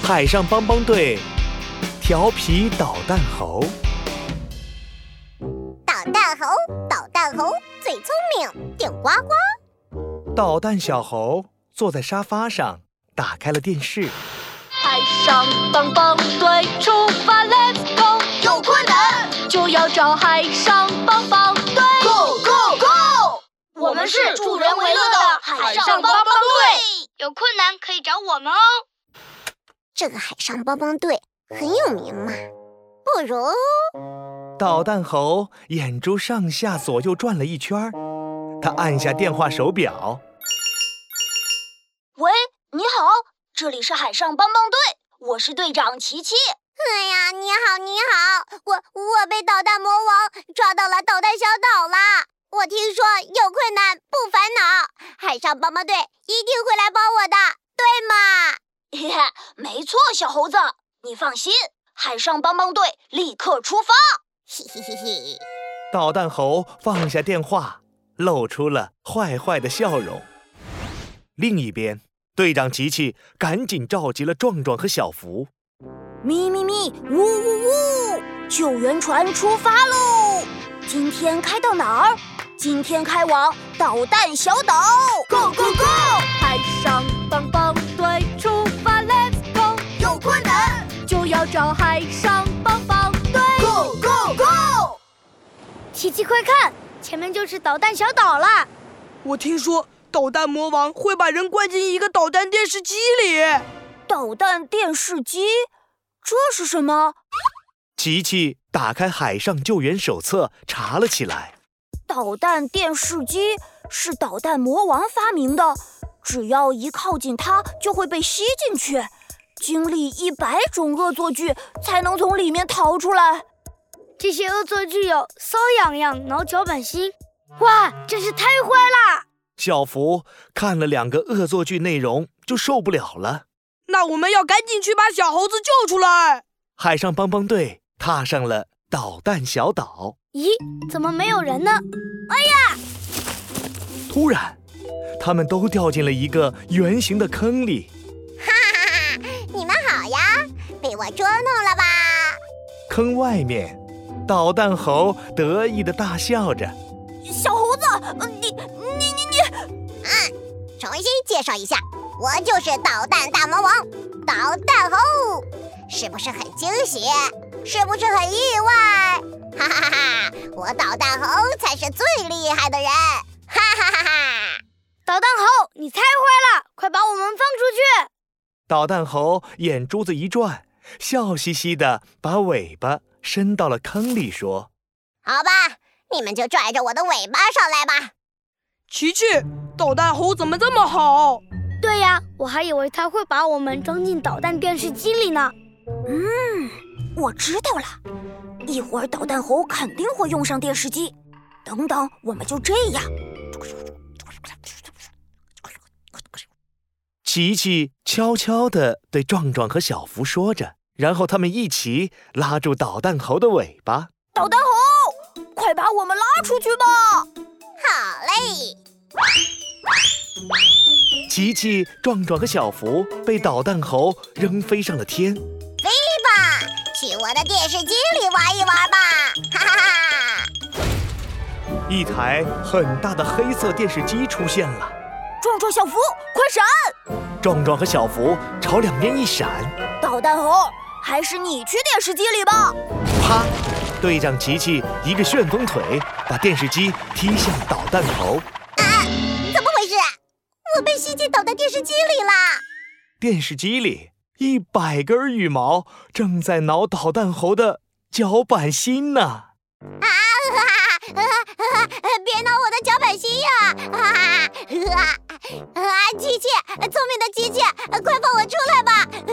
海上帮帮队，调皮捣蛋猴。 捣蛋猴最聪明，顶呱呱。 捣蛋小猴坐在沙发上，打开了电视。 海上帮帮队出发 ，Let's go！ 有困难就要找海上帮帮队 ，Go Go Go！ 我们是助人为乐的海上帮帮队，有困难可以找我们哦。 这个海上帮帮队很有名嘛，不如…… 捣蛋猴眼珠上下左右转了一圈，他按下电话手表。 喂，你好，这里是海上帮帮队，我是队长琪琪。 哎呀，你好，我被捣蛋魔王抓到了捣蛋小岛啦！我听说有困难不烦恼，海上帮帮队一定会来帮我的，对吗？ 嘿嘿，没错，小猴子，你放心，海上帮帮队立刻出发。 嘿嘿嘿嘿。 捣蛋猴放下电话，露出了坏坏的笑容。另一边，队长琪琪赶紧召集了壮壮和小福。 咪咪咪，呜呜呜！救援船出发喽！今天开到哪儿？今天开往捣蛋小岛。Go Go Go！ 海上帮帮队出发 ，Let's go！ 有困难就要找海上帮帮队 ，Go Go Go！ 琪琪，快看，前面就是捣蛋小岛了。 我听说捣蛋魔王会把人关进一个导弹电视机里。 导弹电视机？这是什么？ 琪琪打开海上救援手册查了起来。 导弹电视机是导弹魔王发明的，只要一靠近它就会被吸进去，经历100种恶作剧才能从里面逃出来。 这些恶作剧有搔痒痒、挠脚板心，哇，真是太坏啦！ 小福看了2个恶作剧内容就受不了了。 那我们要赶紧去把小猴子救出来。 海上帮帮队踏上了捣蛋小岛。 咦，怎么没有人呢？哎呀！ 突然，他们都掉进了一个圆形的坑里。 哈哈哈！你们好呀，被我捉弄了吧？ 坑外面，捣蛋猴得意地大笑着。 小猴子，你…… 重新介绍一下，我就是捣蛋大魔王捣蛋猴，是不是很惊喜？是不是很意外？哈哈哈！我捣蛋猴才是最厉害的人！哈哈哈哈！ 捣蛋猴，你太坏了，快把我们放出去！ 捣蛋猴眼珠子一转，笑嘻嘻地把尾巴伸到了坑里，说：“ 好吧，你们就拽着我的尾巴上来吧。” 琪琪，捣蛋猴怎么这么好？ 对呀，我还以为他会把我们装进导弹电视机里呢。 我知道了，一会儿捣蛋猴肯定会用上电视机。等等，我们就这样。 琪琪悄悄地对壮壮和小福说着，然后他们一起拉住捣蛋猴的尾巴。 捣蛋猴，快把我们拉出去吧！ 好嘞！ 琪琪、壮壮和小福被捣蛋猴扔飞上了天。 飞吧，去我的电视机里玩一玩吧！哈哈哈！ 一台很大的黑色电视机出现了。 壮壮、小福，快闪！ 壮壮和小福朝两边一闪。 捣蛋猴，还是你去电视机里吧！ 啪！队长琪琪一个旋风腿，把电视机踢向捣蛋猴。 怎么回事？我被吸进导弹电视机里了。 电视机里100根羽毛正在挠捣蛋猴的脚板心呢。 别挠我的脚板心呀！机器，聪明的机器，快放我出来吧！